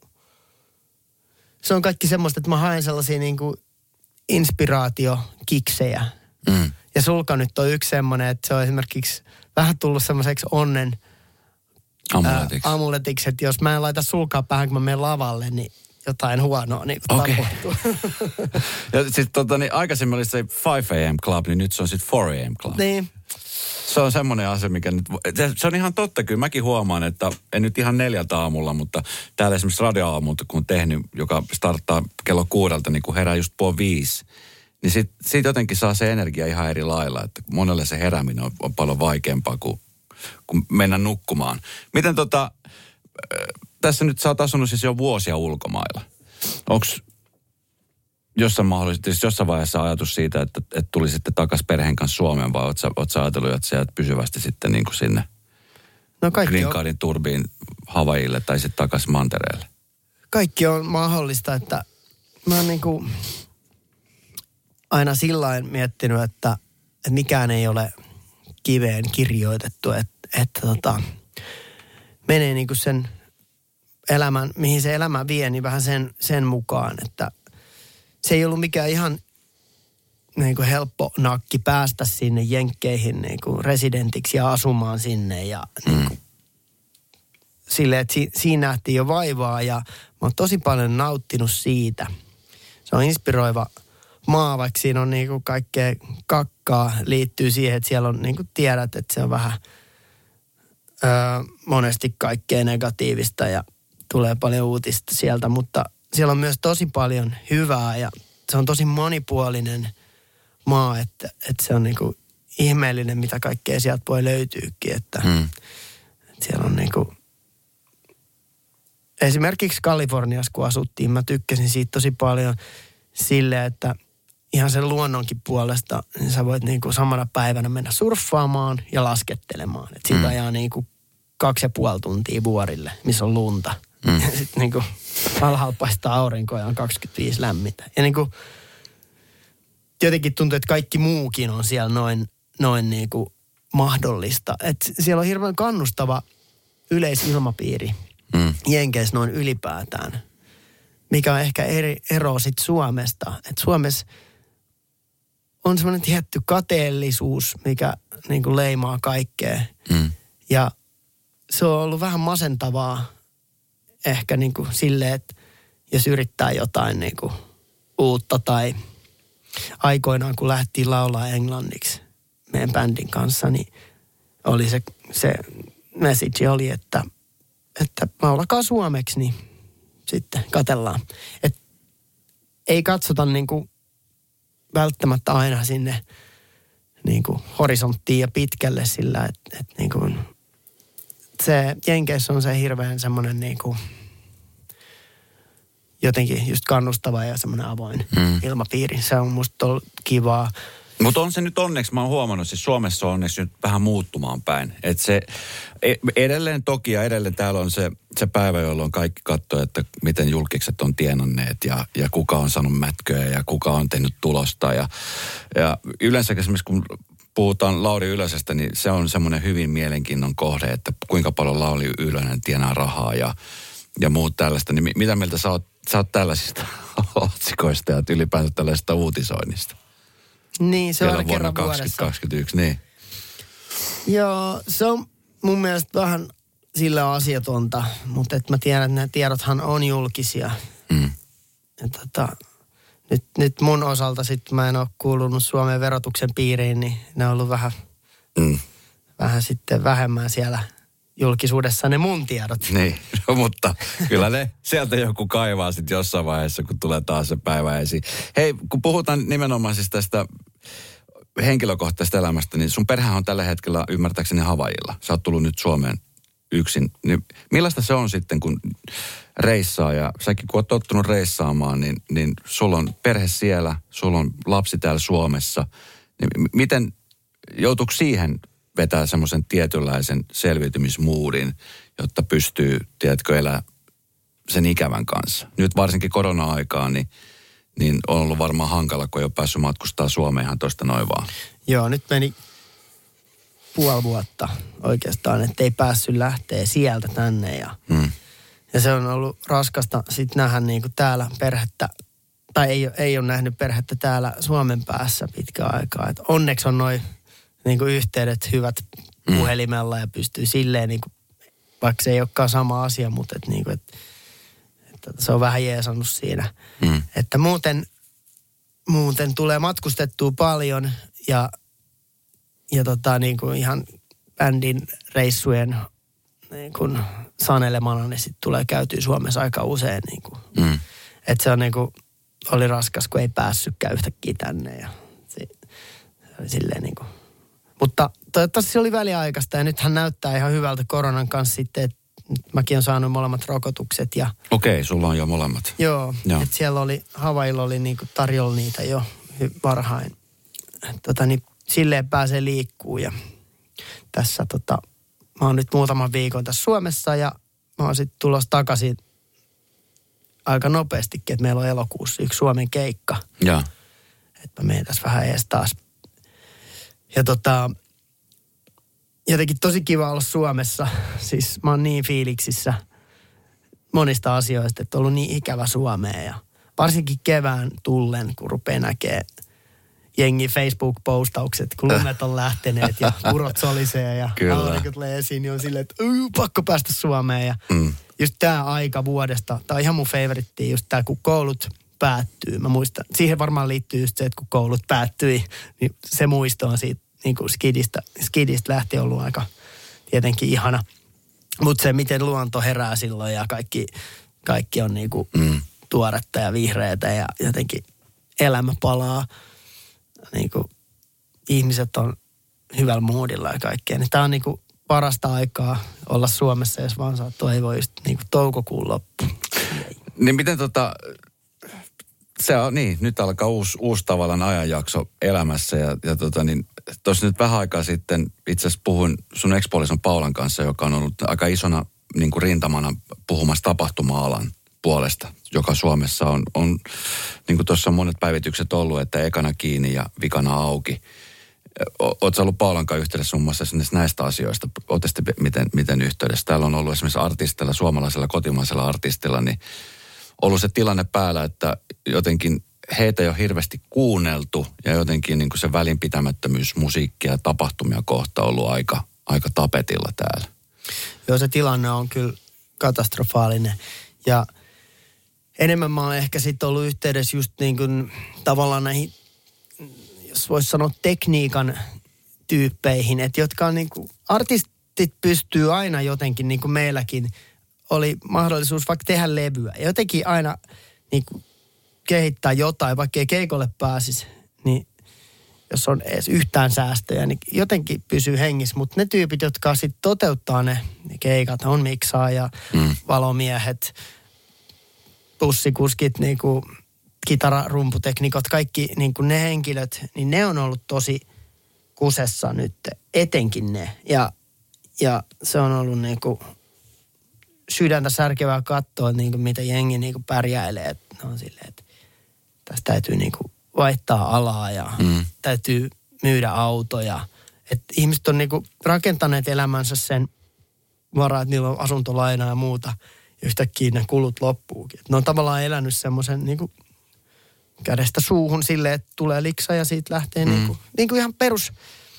Se on kaikki semmoista, että mä haen sellaisia niin kuin inspiraatiokiksejä. Mm. Ja sulka nyt on yksi semmoinen, että se on esimerkiksi vähän tullut semmoiseksi onnen amuletiksi. Ää, amuletiksi, että jos mä en laita sulkaa päähän, kun mä menen lavalle, niin jotain huonoa niin kuin okay. tapahtuu. Ja sitten tota, niin aikaisemmin oli se five a.m. club, niin nyt se on sitten four a.m. club. Niin. Se on semmoinen asia, mikä nyt... Se on ihan totta, kyllä mäkin huomaan, että en nyt ihan neljältä aamulla, mutta täällä esimerkiksi radioaamulta, kun on tehnyt, joka starttaa kello kuudelta, niin kun herää just puoli viisi, niin sit, sit jotenkin saa se energia ihan eri lailla, että monelle se herääminen on, on paljon vaikeampaa kuin, kuin mennä nukkumaan. Miten tota... Tässä nyt sä oot asunut siis jo vuosia ulkomailla. Onko jossain mahdollisesti, jossain vaiheessa ajatus siitä, että, että tulisitte takaisin perheen kanssa Suomeen, vai oot sä, oot sä ajatellut, että sä jäät pysyvästi sitten niin kuin sinne no Green Cardin turbiin Havajille tai sitten takaisin mantereelle? Kaikki on mahdollista, että mä oon niin kuin aina sillain miettinyt, että, että mikään ei ole kiveen kirjoitettu, että, että tota, menee niin kuin sen elämän, mihin se elämä vie, niin vähän sen, sen mukaan, että se ei ollut mikään ihan niin kuin helppo nakki päästä sinne jenkkeihin niin kuin residentiksi ja asumaan sinne ja niin kuin, silleen, että si, siinä nähtiin jo vaivaa ja mä oon tosi paljon nauttinut siitä. Se on inspiroiva maa, vaikka siinä on niin kuin kaikkea kakkaa liittyy siihen, että siellä on niin kuin tiedät, että se on vähän öö, monesti kaikkea negatiivista ja tulee paljon uutista sieltä, mutta siellä on myös tosi paljon hyvää ja se on tosi monipuolinen maa, että, että se on niinku ihmeellinen, mitä kaikkea sieltä voi löytyykin, että, hmm. että siellä on niinku esimerkiksi Kaliforniassa, kun asuttiin, mä tykkäsin siitä tosi paljon silleen, että ihan sen luonnonkin puolesta, niin sä voit niinku samana päivänä mennä surffaamaan ja laskettelemaan, että siitä hmm. ajaa niinku kaksi ja puoli tuntia vuorille, missä on lunta. Mm. Ja sitten niin kuin alhaalla paistaa aurinko ja on kaksikymmentäviisi lämmintä. Ja niin kuin jotenkin tuntuu, että kaikki muukin on siellä noin, noin niin kuin mahdollista. Että siellä on hirveän kannustava yleisilmapiiri mm. Jenkeissä noin ylipäätään, mikä on ehkä eri ero sit Suomesta. Että Suomessa on semmoinen tietty kateellisuus, mikä niin kuin leimaa kaikkea. Mm. Ja se on ollut vähän masentavaa ehkä niin kuin silleen, että jos yrittää jotain niin kuin uutta tai aikoinaan, kun lähtiin laulaa englanniksi meidän bändin kanssa, niin oli se, se message oli, että, että laulakaa suomeksi, niin sitten katsellaan. Et ei katsota niin kuin välttämättä aina sinne niin kuin horisonttiin ja pitkälle sillä, että, että niin kuin se Jenkeissä on se hirveän semmoinen niin kuin jotenkin just kannustava ja semmoinen avoin mm. ilmapiiri. Se on musta ollut kivaa. Mutta on se nyt onneksi, mä oon huomannut, siis Suomessa on onneksi nyt vähän muuttumaan päin. Että se edelleen toki ja edelleen täällä on se, se päivä, jolloin kaikki katsoo, että miten julkikset on tienanneet ja, ja kuka on saanut mätköä ja kuka on tehnyt tulosta. Ja, ja yleensä esimerkiksi kun puhutaan Lauri Ylösestä, niin se on semmoinen hyvin mielenkiinnon kohde, että kuinka paljon Lauri Ylönen tienaa rahaa ja, ja muut tällaista. Niin mitä mieltä sä oot, sä oot tällaisista otsikoista ja ylipäänsä tällaisesta uutisoinnista? Niin, se on aina kerran kaksituhattakaksikymmentäyksi, niin. Joo, se on mun mielestä vähän sillä asiatonta, mutta et mä tiedän, että nämä tiedothan on julkisia. Mm. Ja tota, nyt, nyt mun osalta sitten mä en ole kuulunut Suomen verotuksen piiriin, niin ne on ollut vähän, mm. vähän sitten vähemmän siellä julkisuudessa ne mun tiedot. Niin, no, mutta kyllä ne sieltä joku kaivaa sitten jossain vaiheessa, kun tulee taas se päivä esiin. Hei, kun puhutaan nimenomaan siis tästä henkilökohtaisesta elämästä, niin sun perhehän on tällä hetkellä ymmärtääkseni Havaijilla. Sä oot tullut nyt Suomeen yksin. Niin millaista se on sitten, kun reissaa ja säkin kun oot tottunut reissaamaan, niin, niin sulla on perhe siellä, sulla on lapsi täällä Suomessa. Niin miten, joutuuko siihen vetää semmoisen tietynlaisen selviytymismuudin, jotta pystyy, tiedätkö, elää sen ikävän kanssa. Nyt varsinkin korona-aikaan, niin, niin on ollut varmaan hankala, kun ei ole päässyt matkustaa Suomeenhan tuosta noin vaan. Joo, nyt meni puoli vuotta oikeastaan, että ei päässyt lähteä sieltä tänne. Ja, hmm. ja se on ollut raskasta sitten nähdä niin kuin täällä perhettä, tai ei, ei ole nähnyt perhettä täällä Suomen päässä pitkään aikaa. Et onneksi on noin niin kuin yhteydet hyvät puhelimella ja pystyy silleen, niin kuin, vaikka se ei olekaan sama asia, mutta et, niin kuin, et, että se on vähän jeesannut siinä. Mm. Että muuten, muuten tulee matkustettua paljon ja, ja tota, niin kuin ihan bändin reissujen niin kuin sanelemana, niin sitten tulee käytyä Suomessa aika usein. Niin kuin. Mm. Että se on niin kuin, oli raskas, kun ei päässytkään yhtäkkiä tänne ja se, se oli silleen niin kuin. Mutta toivottavasti se oli väliaikaista ja nythän näyttää ihan hyvältä koronan kanssa sitten, että mäkin olen saanut molemmat rokotukset. Ja okei, sulla on jo molemmat. Joo, joo. Että siellä oli, Havailla oli niinku tarjolla niitä jo varhain. Tota, niin silleen pääsee liikkuu ja tässä tota, mä oon nyt muutaman viikon tässä Suomessa ja mä oon sitten tulossa takaisin aika nopeastikin, että meillä on elokuussa yksi Suomen keikka. Joo. Että mä menen tässä vähän ees taas. Ja tota, jotenkin tosi kiva olla Suomessa. Siis mä oon niin fiiliksissä monista asioista, että on ollut niin ikävä Suomea. Ja varsinkin kevään tullen, kun rupeaa näkee jengi Facebook-postaukset, kun lumet on lähteneet ja purot solisee ja aurinko tulee esiin, niin on silleen, että pakko päästä Suomeen. Ja mm. just tää aika vuodesta, tää on ihan mun favoritti, just tää kun koulut päättyy. Mä muistan, siihen varmaan liittyy just se, että kun koulut päättyi, niin se muisto on siitä niin kuin skidistä, skidistä lähti ollut aika tietenkin ihana. Mutta se, miten luonto herää silloin ja kaikki, kaikki on niin kuin mm. tuoretta ja vihreätä ja jotenkin elämä palaa. Niin kuin ihmiset on hyvällä moodilla ja kaikkea. Niin tää on niin kuin parasta aikaa olla Suomessa, jos vaan saa toivoa just niin kuin toukokuun loppu. Niin miten tota, Se on niin, nyt alkaa uusi, uusi tavallaan ajanjakso elämässä ja, ja tota niin, tuossa nyt vähän aikaa sitten itse asiassa puhuin sun ex-puolison Paulan kanssa, joka on ollut aika isona niin kuin rintamana puhumassa tapahtuma-alan puolesta, joka Suomessa on, on niin kuin tuossa on monet päivitykset ollut, että ekana kiinni ja vikana auki. Oletko ollut Paulan kanssa yhteydessä muun muassa näistä asioista? Oletko sitten miten, miten yhteydessä? Täällä on ollut esimerkiksi artistilla, suomalaisella kotimaisella artistilla, niin ollut se tilanne päällä, että jotenkin heitä ei ole hirveästi kuunneltu ja jotenkin niin kuin se välinpitämättömyys musiikkia ja tapahtumia kohta on ollut aika, aika tapetilla täällä. Joo, se tilanne on kyllä katastrofaalinen ja enemmän mä oon ehkä sitten ollut yhteydessä just niin kuin tavallaan näihin, jos voisi sanoa tekniikan tyyppeihin, että jotka on niin kuin, artistit pystyy aina jotenkin niin kuin meilläkin oli mahdollisuus vaikka tehdä levyä. Ja jotenkin aina niin kuin kehittää jotain, vaikka ei keikolle pääsisi, niin jos on edes yhtään säästöjä, niin jotenkin pysyy hengissä. Mutta ne tyypit, jotka sitten toteuttaa ne, ne keikat, on miksaaja, mm. valomiehet, bussikuskit, niin kuin kitara-rumputeknikot, kaikki niin kuin ne henkilöt, niin ne on ollut tosi kusessa nyt, etenkin ne. Ja, ja se on ollut niin kuin sydäntä särkevää katsoa, niin kuin mitä jengi niin kuin pärjäilee. Että ne on silleen, että tästä täytyy niin kuin vaihtaa alaa ja mm. täytyy myydä autoja. Että ihmiset on niin kuin rakentaneet elämänsä sen varaa, että niillä on asuntolaina ja muuta. Ja yhtäkkiä ne kulut loppuukin. Et ne on tavallaan elänyt semmoisen niin kuin kädestä suuhun silleen, että tulee liksa ja siitä lähtee mm. niin kuin, niin kuin ihan perus,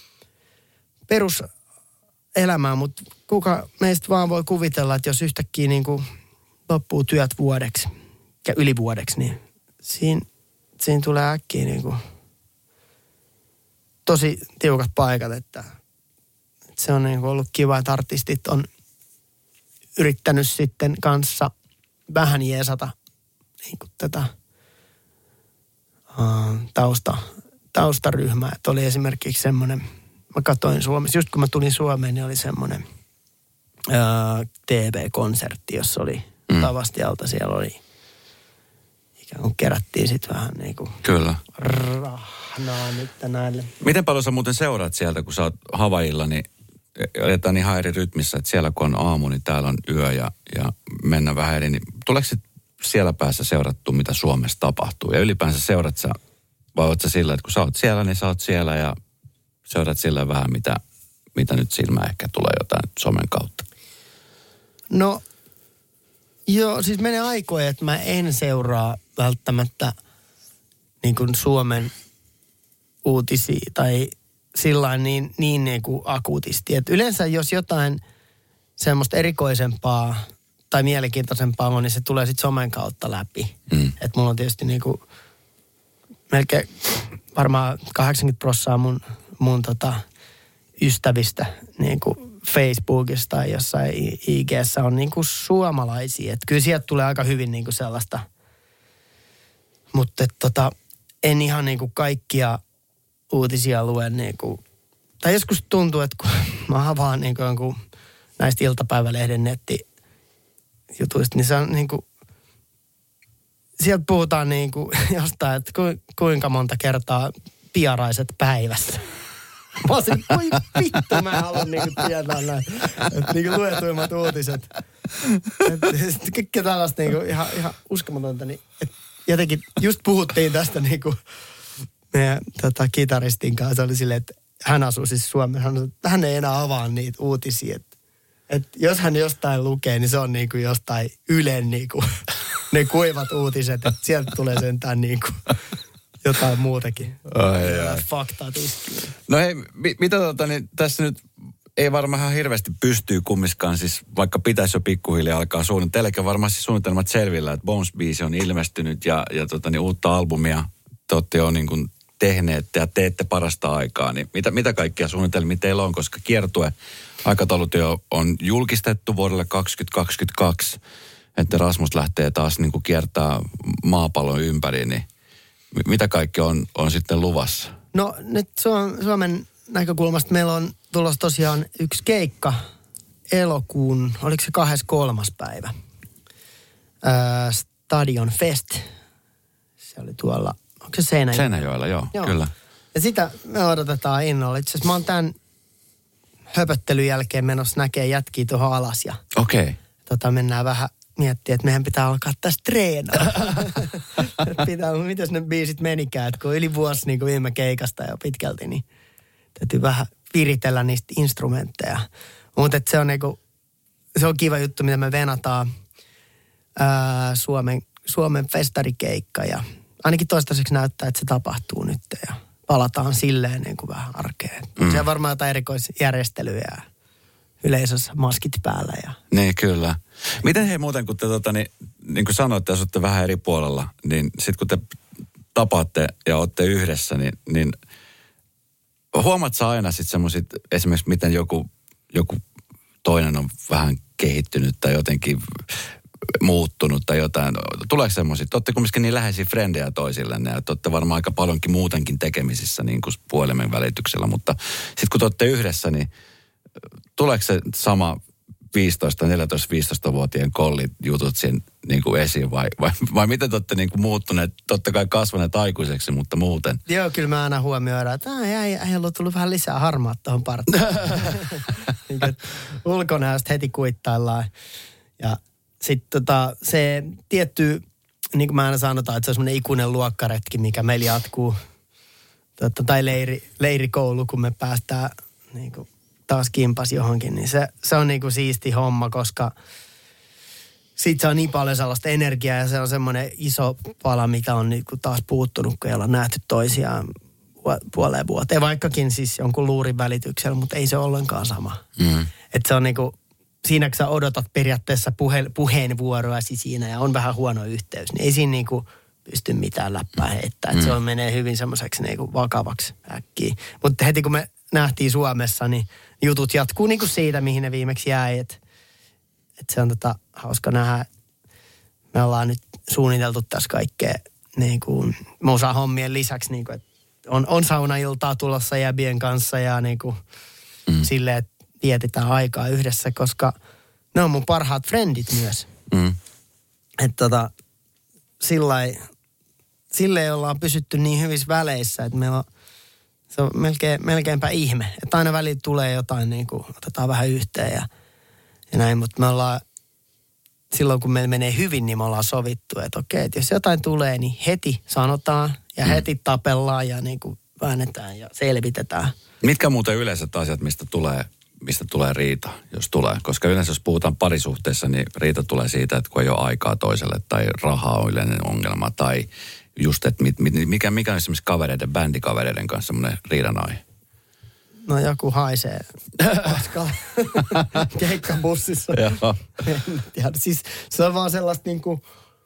perus elämää, mutta kuka meistä vaan voi kuvitella, että jos yhtäkkiä niin kuin loppuu työt vuodeksi ja yli vuodeksi, niin siinä, siinä tulee äkkiä niin kuin tosi tiukat paikat, että, että se on niin kuin ollut kiva, että artistit on yrittänyt sitten kanssa vähän jeesata niin kuin tätä uh, tausta, taustaryhmää. Että oli esimerkiksi semmoinen, mä katsoin Suomessa, just kun mä tulin Suomeen, niin oli semmoinen uh, T V-konsertti, jossa oli mm. Tavastialta. Siellä oli, ikään kuin kerättiin sitten vähän niin kuin Kyllä. rahnaa nyt näille. Miten paljon sä muuten seuraat sieltä, kun sä oot Havaijilla, niin eletään ihan eri rytmissä, että siellä kun on aamu, niin täällä on yö ja, ja mennä vähän eri, niin tuleeko siellä päässä seurattua, mitä Suomessa tapahtuu? Ja ylipäänsä seurat sä, vai oot sä sillä, että kun sä oot siellä, niin sä oot siellä ja seurat sillä vähän, mitä, mitä nyt silmään ehkä tulee jotain somen kautta? No, joo, siis menee aikoja, että mä en seuraa välttämättä niin kuin Suomen uutisia tai sillain niin, niin, niin kuin akuutisti. Et yleensä jos jotain semmoista erikoisempaa tai mielenkiintoisempaa on, niin se tulee sitten somen kautta läpi. Mm. Että mulla on tietysti niin kuin melkein varmaan kahdeksankymmentä prosenttia mun, mun tota ystävistä niin kuin Facebookista tai jossain I G:ssä on niin kuin suomalaisia. Että kyllä sieltä tulee aika hyvin niin kuin sellaista. Mutta tota, en ihan niin kuin kaikkia uutisia luen niin kuin, tai joskus tuntuu, että kun mä avaan niin kuin jonkun näistä iltapäivälehden nettijutuista, niin se on niin kuin, sieltä puhutaan niin kuin jostain, että ku, kuinka monta kertaa piaraiset päivässä. Mä oon siinä, voi vittu, mä haluan niin kuin tietää näin, että niin kuin luetuimmat uutiset. Sitten kaikkea tällaista niin kuin ihan, ihan uskomatonta, niin että jotenkin just puhuttiin tästä niin kuin meidän tota, kitaristin kanssa oli silleen, että hän asuu siis Suomessa. Hän, hän ei enää avaa niitä uutisia. Että, että jos hän jostain lukee, niin se on niin kuin jostain Ylen niin kuin, ne kuivat uutiset. Että sieltä tulee sentään niin kuin jotain muutakin. Ai, ai. Faktaa tiskiin. No hei, mi- mitä tota, niin tässä nyt ei varmaan hirveästi pystyy kummiskaan, siis vaikka pitäisi jo pikkuhiljaa alkaa suunnitella. Eli varmasti suunnitelmat selvillä, että Bones-biisi on ilmestynyt ja, ja tota, niin uutta albumia te olette jo niin kuin tehneet ja teette parasta aikaa, niin mitä, mitä kaikkia suunnitelmia teillä on, koska kiertue aikataulut jo on julkistettu vuodelle kaksituhattakaksikymmentäkaksi, että Rasmus lähtee taas niin kuin kiertää maapallon ympäri, niin mitä kaikki on, on sitten luvassa? No nyt Suomen näkökulmasta meillä on tulossa tosiaan yksi keikka elokuun, oliko se kahdeskymmeneskolmas päivä? Ää, Stadion Fest. Se oli tuolla, onko se Seinäjoella? Seinäjoella, joo, joo, kyllä. Ja sitä me odotetaan innolla. Itse asiassa mä oon tämän höpöttelyn jälkeen menossa näkee jätkiä tuohon alas. Ja okei. Okay. Tota, mennään vähän miettimään, että meidän pitää alkaa tässä treenaa. pitää, mitäs ne biisit menikään, että kun yli vuosi niin kuin viime keikasta jo pitkälti, niin täytyy vähän viritellä niistä instrumentteja. Mutta se on niinku, se on kiva juttu, mitä me venataan ää, Suomen, Suomen festarikeikka ja ainakin toistaiseksi näyttää, että se tapahtuu nyt ja palataan silleen niin kuin vähän arkeen. Mm. Se on varmaan jotain erikoisjärjestelyjä ja yleisössä maskit päällä. Ja... Niin, kyllä. Miten hei muuten, kun te tota, niin, niin kuin sanoitte, jos olette vähän eri puolella, niin sitten kun te tapaatte ja olette yhdessä, niin, niin huomaat sä aina sitten semmoiset, esimerkiksi miten joku, joku toinen on vähän kehittynyt tai jotenkin muuttunut tai jotain. Tuleeko semmoisia? Te olette kumminkin niin läheisiä frendejä toisillenne ja te olette varmaan aika paljonkin muutenkin tekemisissä niin kuin puhelimen välityksellä, mutta sitten kun te olette yhdessä, niin tuleeko se sama viisitoista, neljätoista, viisitoista-vuotiaan kollijutut siinä niin kuin esiin vai, vai, vai miten te olette niin kuin muuttuneet, totta kai kasvaneet aikuiseksi, mutta muuten? Joo, kyllä mä aina huomioidaan, että ei, ei ollut tullut vähän lisää harmaat tuohon partaan. niin, ulkonäöstä heti kuittaillaan. Ja sitten tota, se tietty, niin kuin mä aina sanotaan, että se on semmoinen ikuinen luokkaretki, mikä meillä jatkuu. Totta, tai leiri, leirikoulu, kun me päästään niin kuin taas kimpas johonkin, niin se, se on niinku siisti homma, koska siitä saa niin paljon sellaista energiaa ja se on semmoinen iso pala, mikä on niinku taas puuttunut, kun ei olla nähty toisiaan puoleen vuoteen, vaikkakin siis jonkun luurin välityksellä, mutta ei se ole ollenkaan sama. Mm. Että se on niinku, siinä kun sä odotat periaatteessa puhe, puheenvuoroasi siinä ja on vähän huono yhteys, niin ei siinä niinku pysty mitään läppää heittää. Mm. Se on, menee hyvin semmoiseksi niinku vakavaksi äkkiä. Mutta heti kun me nähtiin Suomessa, niin jutut jatkuu niin kuin siitä, mihin ne viimeksi jäi. Että et se on tota hauska nähdä. Me ollaan nyt suunniteltu tässä kaikkea niin kuin musahommien lisäksi, niin kuin, että on, on saunailtaa tulossa jäbien kanssa ja niin kuin mm. silleen, että vietetään aikaa yhdessä, koska ne on mun parhaat frendit myös. Mm. Että tota, sillai, silleen ollaan pysytty niin hyvissä väleissä, että meillä on se on melkein, melkeinpä ihme. Että aina välillä tulee jotain, niin kuin otetaan vähän yhteen ja, ja näin. Mutta me ollaan, silloin kun meillä menee hyvin, niin me ollaan sovittu, että okei, että jos jotain tulee, niin heti sanotaan ja mm. heti tapellaan ja niin kuin väännetään ja selvitetään. Mitkä muuten yleiset asiat, mistä tulee, mistä tulee riita, jos tulee? Koska yleensä jos puhutaan parisuhteessa, niin riita tulee siitä, että kun ei ole aikaa toiselle tai rahaa on yleinen ongelma tai just, että mit, mit, mikä, mikä on esimerkiksi kavereiden, bändikavereiden kanssa semmoinen riidan aihe? No joku haisee paskalla keikkabussissa. Joo. En tiedä. Siis se on vaan sellaista niinku,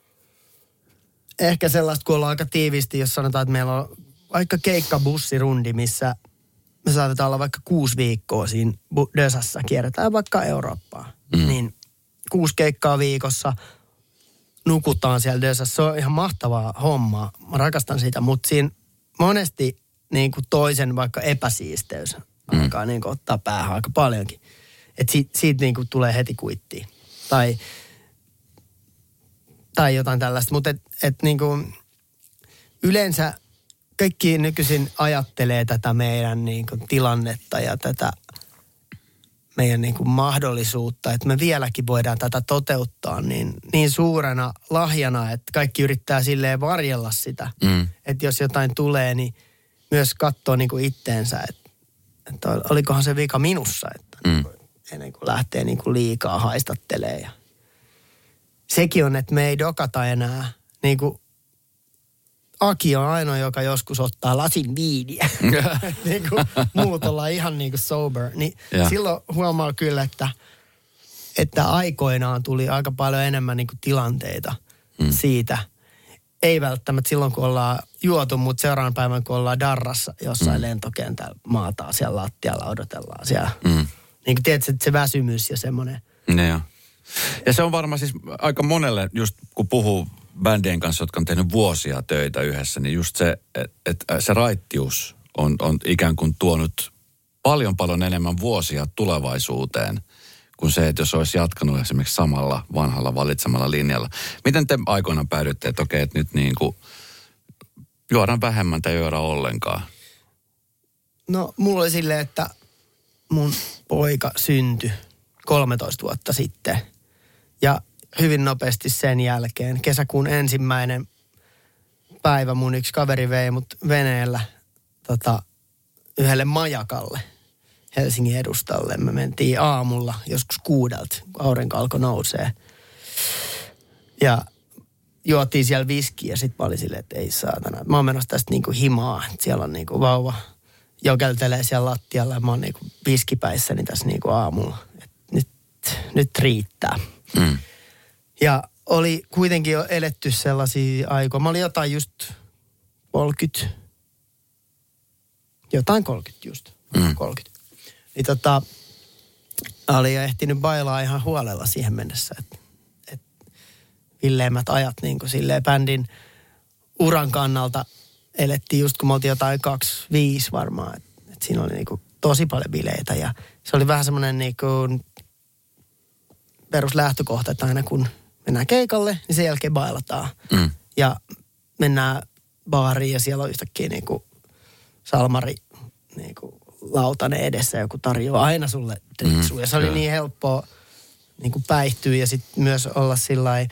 ehkä sellaista, kun ollaan aika tiivisti, jos sanotaan, että meillä on vaikka keikkabussirundi, missä me saatetaan olla vaikka kuusi viikkoa siinä Dösassa, kierretään vaikka Eurooppaa. Mm. Niin kuusi keikkaa viikossa, nukutaan siellä Dösassa. Se on ihan mahtavaa hommaa. Mä rakastan sitä, mutta siinä monesti niin kuin toisen vaikka epäsiisteys mm. alkaa niin kuin ottaa päähän aika paljonkin. Että siitä, siitä niin kuin tulee heti kuittiin. Tai, tai jotain tällaista. Mutta et, et niin kuin yleensä kaikki nykyisin ajattelee tätä meidän niin kuin tilannetta ja tätä meidän niin kuin mahdollisuutta, että me vieläkin voidaan tätä toteuttaa niin, niin suurena lahjana, että kaikki yrittää silleen varjella sitä. Mm. Että jos jotain tulee, niin myös katsoo niin kuin itteensä, että, että olikohan se vika minussa, että mm. ennen kuin lähtee niin kuin liikaa haistattelee. Ja sekin on, että me ei dokata enää. Niin kuin Aki on ainoa, joka joskus ottaa lasin viiniä. niin kuin muut ollaan ihan niin kuin sober. Niin silloin huomaa kyllä, että, että aikoinaan tuli aika paljon enemmän niin kuin tilanteita mm. siitä. Ei välttämättä silloin, kun ollaan juotu, mutta seuraavan päivän, kun ollaan darrassa jossain mm. lentokentällä, maataan siellä lattialla, odotellaan siellä. Mm. Niin kuin tiedät, että se väsymys ja semmoinen. Ne joo. Ja se on varmaan siis aika monelle, just kun puhuu bändien kanssa, jotka on tehnyt vuosia töitä yhdessä, niin just se, että et se raittius on, on ikään kuin tuonut paljon paljon enemmän vuosia tulevaisuuteen kuin se, että jos olisi jatkanut esimerkiksi samalla vanhalla valitsemalla linjalla. Miten te aikoinaan päädyitte, että okei, että nyt niin kuin, Juodaan vähemmän tai juoda ollenkaan. No, mulla oli silleen, että mun poika syntyi kolmetoista vuotta sitten. Ja hyvin nopeasti sen jälkeen, kesäkuun ensimmäinen päivä mun yksi kaveri vei mut veneellä tota, yhdelle majakalle Helsingin edustalle. Me mentiin aamulla joskus kuudelta, kun aurinko alkoi nousee. Ja juotiin siellä viskiä ja sit mä olin silleen, että ei saatana. Mä oon menossa tästä niinku himaa. Siellä on niinku vauva jokeltelee siellä lattialla ja mä oon niinku viskipäissäni tässä niinku aamulla. Et nyt, nyt riittää. Mm. Ja oli kuitenkin jo eletty sellaisia aikoja. Mä olin jotain just kolmekymmentä. Jotain kolmekymmentä just. Mm. kolmekymmentä. Niin tota, oli jo ehtinyt bailaa ihan huolella siihen mennessä. Että et villeimmät ajat niin kuin silleen bändin uran kannalta elettiin just kun me oltiin jotain kaksikymmentäviisi varmaan. Että et siinä oli niin kuin tosi paljon bileitä ja se oli vähän semmoinen niin kuin peruslähtökohta, että aina kun mennään keikalle, niin sen jälkeen bailataan. Mm. Ja mennään baariin ja siellä on yhtäkkiä niinku salmari niinku lautanen edessä, joku tarjoaa aina sulle drinksuja. Mm, ja se oli niin helppoa niinku päihtyä ja sitten myös olla sillai,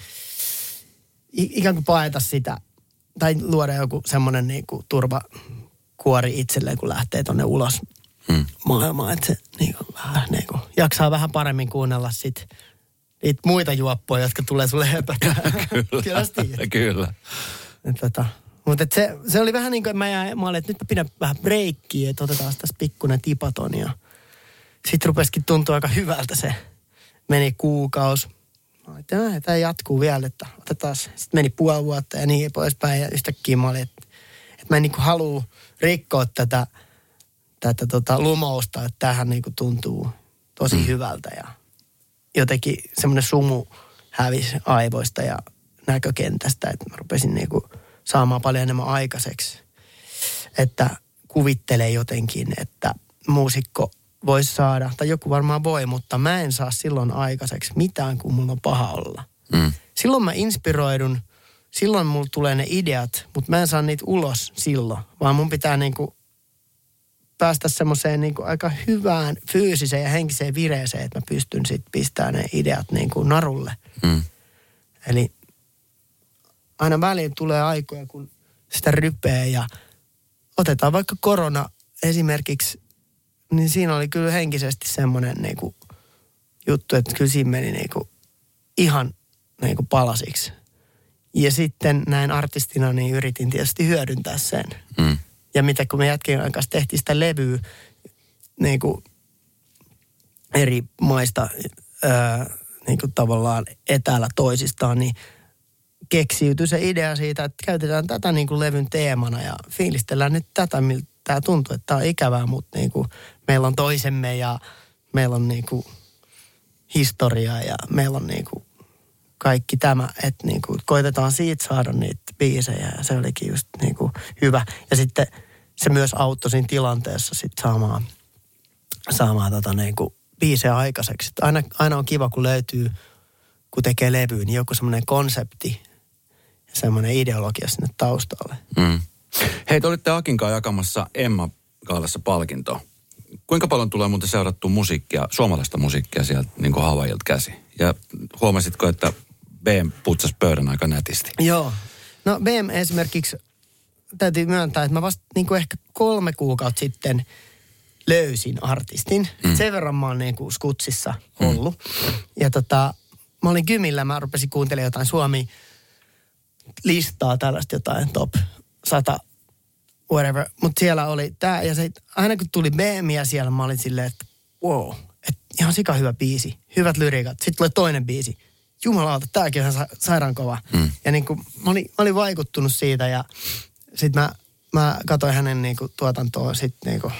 ikään kuin paeta sitä, tai luoda joku semmoinen niinku turvakuori itselleen, kun lähtee tonne ulos mm. maailmaan. Että se niinku vähän niinku jaksaa vähän paremmin kuunnella sit niitä muita juoppoja, jotka tulee sulle höpötään. Kyllä, kyllä. kyllä. Tota, mutta se, se oli vähän niin kuin, että mä, jäin, mä olin, että nyt mä pidän vähän breikkiä, että otetaan tässä pikkuinen tipaton. Ja sitten rupesikin tuntua aika hyvältä se. Meni kuukausi. Mä olin, että tämä jatkuu vielä, että otetaan. Sitten meni puoli vuotta ja niin poispäin. Ja yhtäkkiä mä olin, että, että mä en niin kuin halua rikkoa tätä, tätä tota lumousta, että tämähän niin kuin tuntuu tosi mm. hyvältä. Ja jotenkin semmoinen sumu hävisi aivoista ja näkökentästä, että mä rupesin niinku saamaan paljon enemmän aikaiseksi. Että kuvittelee jotenkin, että muusikko voisi saada, tai joku varmaan voi, mutta mä en saa silloin aikaiseksi mitään, kun mulla on paha olla. Mm. Silloin mä inspiroidun, silloin mulla tulee ne ideat, mutta mä en saa niitä ulos silloin, vaan mun pitää niinku päästä semmoiseen niinku aika hyvään fyysiseen ja henkiseen vireeseen, että mä pystyn sitten pistämään ne ideat niinku narulle. Mm. Eli aina väliin tulee aikoja, kun sitä rypeää ja otetaan vaikka korona esimerkiksi, niin siinä oli kyllä henkisesti semmoinen niinku juttu, että kyllä siinä meni niinku ihan niinku palasiksi. Ja sitten näin artistina niin yritin tietysti hyödyntää sen. Mm. Ja mitä kun me jätkien kanssa tehtiin sitä levyä niin kuin eri maista ää, niin kuin tavallaan etäällä toisistaan, niin keksiytyi se idea siitä, että käytetään tätä niin kuin levyn teemana ja fiilistellään nyt tätä, miltä tämä tuntuu, että tämä on ikävää, mutta niin kuin meillä on toisemme ja meillä on niin kuin historiaa ja meillä on niin kuin kaikki tämä, että niin kuin koitetaan siitä saada niitä biisejä ja se olikin just niin kuin hyvä. Ja sitten se myös auttoi siinä tilanteessa sitten saamaan, saamaan tota niin kuin biisejä aikaiseksi. Aina, aina on kiva, kun löytyy, kun tekee levyä, niin joku semmoinen konsepti ja semmoinen ideologia sinne taustalle. Mm. Hei, te olitte Akinkaan jakamassa Emma-gaalassa palkintoa. Kuinka paljon tulee muuten seurattua musiikkia, suomalaista musiikkia sieltä niin kuin Havaijilta käsi? Ja huomasitko, että B M putsasi pöydän aika nätisti? Joo. No B M esimerkiksi, täytyy myöntää, että mä vasta niin kuin ehkä kolme kuukautta sitten löysin artistin. Mm. Sen verran mä oon niin kuin skutsissa ollut. Mm. Ja tota, mä olin Kymillä, mä rupesin kuuntelemaan jotain Suomi-listaa, tällaista jotain top sata, whatever. Mutta siellä oli tää, ja se, aina kun tuli B Miä siellä, mä olin silleen, että wow, että ihan sika hyvä biisi, hyvät lyriikat. Sitten tulee toinen biisi. Jumalauta, tääkin on ihan sa- sairaan kova. Mm. Ja niin kuin, mä olin, mä olin vaikuttunut siitä, ja sitten mä, mä katsoin hänen niin kuin tuotantoa sitten niin kuin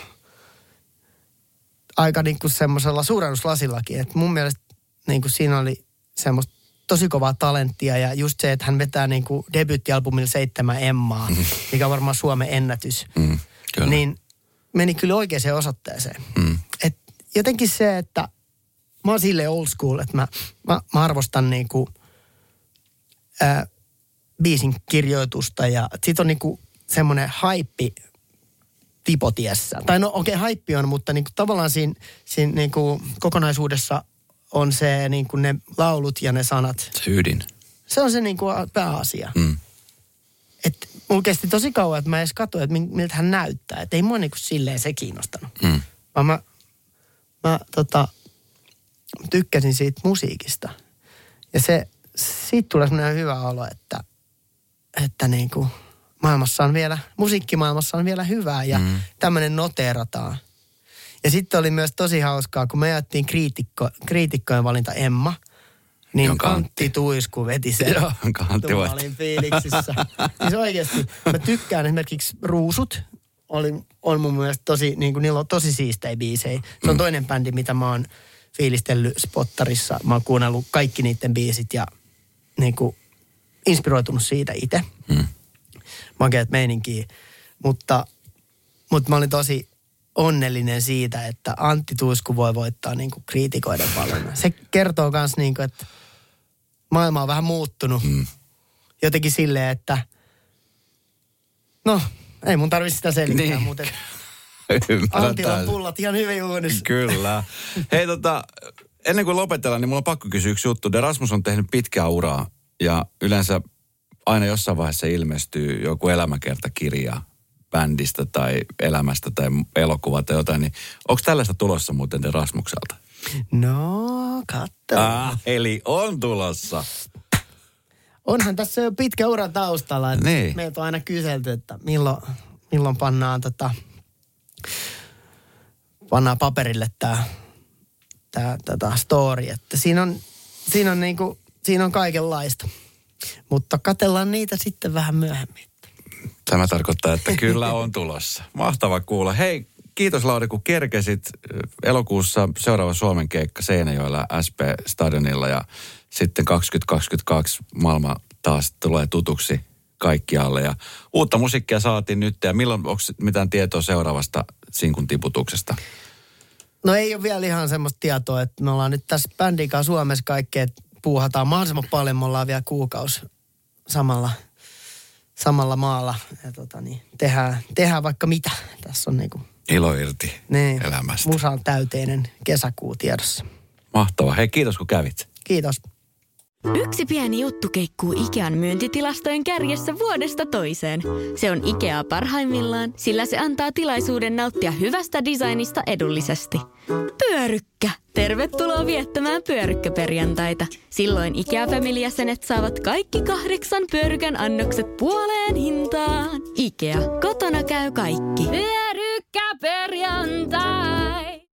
aika niin kuin semmoisella suurennuslasillakin. Että mun mielestä niin kuin siinä oli semmoista tosi kovaa talenttia ja just se, että hän vetää niin kuin debyyttialbumilla seitsemän Emmaa, mm. mikä on varmaan Suomen ennätys, mm, niin meni kyllä oikeaan osoitteeseen. Mm. Et jotenkin se, että mä oon silleen old school, että mä, mä, mä arvostan niin kuin ää, biisin kirjoitusta ja sit on niin kuin semmoinen haippi tipotiessä. Tai no okei, okay, haippi on, mutta niinku tavallaan siinä, siinä niinku kokonaisuudessa on se niinku ne laulut ja ne sanat. Se ydin. Se on se niinku pääasia. Mm. Että mulla kesti tosi kauan, että mä edes katsoin, että miltä hän näyttää. Että ei mua niinku silleen se kiinnostanut. Mm. Vaan mä, mä tota, tykkäsin siitä musiikista. Ja se, siitä tulee semmoinen hyvä olo, että, että niinku maailmassa on vielä, musiikkimaailmassa on vielä hyvää ja mm. tämmöinen noteerataan. Ja sitten oli myös tosi hauskaa, kun me jaettiin kriitikko, kriitikkojen valinta Emma, niin Jonka Antti Antti. Tuisku veti sen. Joo, Antti voitti. Olin fiiliksissä. Siis oikeasti, mä tykkään esimerkiksi Ruusut. Oli, on mun mielestä tosi, niin kuin niillä on tosi siistejä biisejä. Se on mm. toinen bändi, mitä mä oon fiilistellyt Spottarissa. Mä oon kuunnellut kaikki niiden biisit ja niin kuin inspiroitunut siitä itse. Mm. Makeat meininkiä. Mutta, mutta mä olin tosi onnellinen siitä, että Antti Tuisku voi voittaa niin kuin kriitikoiden valinnan. Se kertoo myös, niin kuin, että maailma on vähän muuttunut. Mm. Jotenkin silleen, että no, ei mun tarvitse sitä selittää, niin. Mutta Antilla on pullat ihan hyvin uunissa. Kyllä. Hei tota, ennen kuin lopetellaan, niin mulla on pakko kysyä yksi juttu. De Rasmus on tehnyt pitkää uraa ja yleensä aina jossain vaiheessa ilmestyy joku elämäkertakirja bändistä tai elämästä tai elokuva tai jotain, niin onko tällaista tulossa muuten De Rasmukselta? No, katso. Ah, eli on tulossa. Onhan tässä jo pitkä ura taustalla. Niin. Meiltä on aina kyselty, että milloin, milloin pannaan, tota, pannaan paperille tämä tää, tää story. Että siinä on, siinä on, niinku, siinä on kaikenlaista. Mutta katsellaan niitä sitten vähän myöhemmin. Tämä tarkoittaa, että kyllä on tulossa. Mahtava kuulla. Hei, kiitos Lauri, kun kerkesit. Elokuussa seuraava Suomen keikka Seinäjoella S P-stadionilla ja sitten kaksituhattakaksikymmentäkaksi maailma taas tulee tutuksi kaikkialle. Ja uutta musiikkia saatiin nyt ja milloin, onko mitään tietoa seuraavasta sinkun tiputuksesta? No ei ole vielä ihan semmoista tietoa, että me ollaan nyt tässä bändin kanssa Suomessa kaikkea, että puuhataan mahdollisimman paljon, me ollaan vielä kuukausi samalla samalla maalla ja tota niin, tehdään, tehdään vaikka mitä. Tässä on niinku ilo irti niin, elämästä. Musan täyteinen kesäkuu tiedossa. Mahtavaa. Hei, kiitos kun kävit. Kiitos. Yksi pieni juttu keikkuu Ikean myyntitilastojen kärjessä vuodesta toiseen. Se on Ikea parhaimmillaan, sillä se antaa tilaisuuden nauttia hyvästä designista edullisesti. Pyörykkä! Tervetuloa viettämään pyörykkäperjantaita. Silloin Ikea Family-jäsenet saavat kaikki kahdeksan pyörykän annokset puoleen hintaan. Ikea, kotona käy kaikki. Pyörykkäperjantai!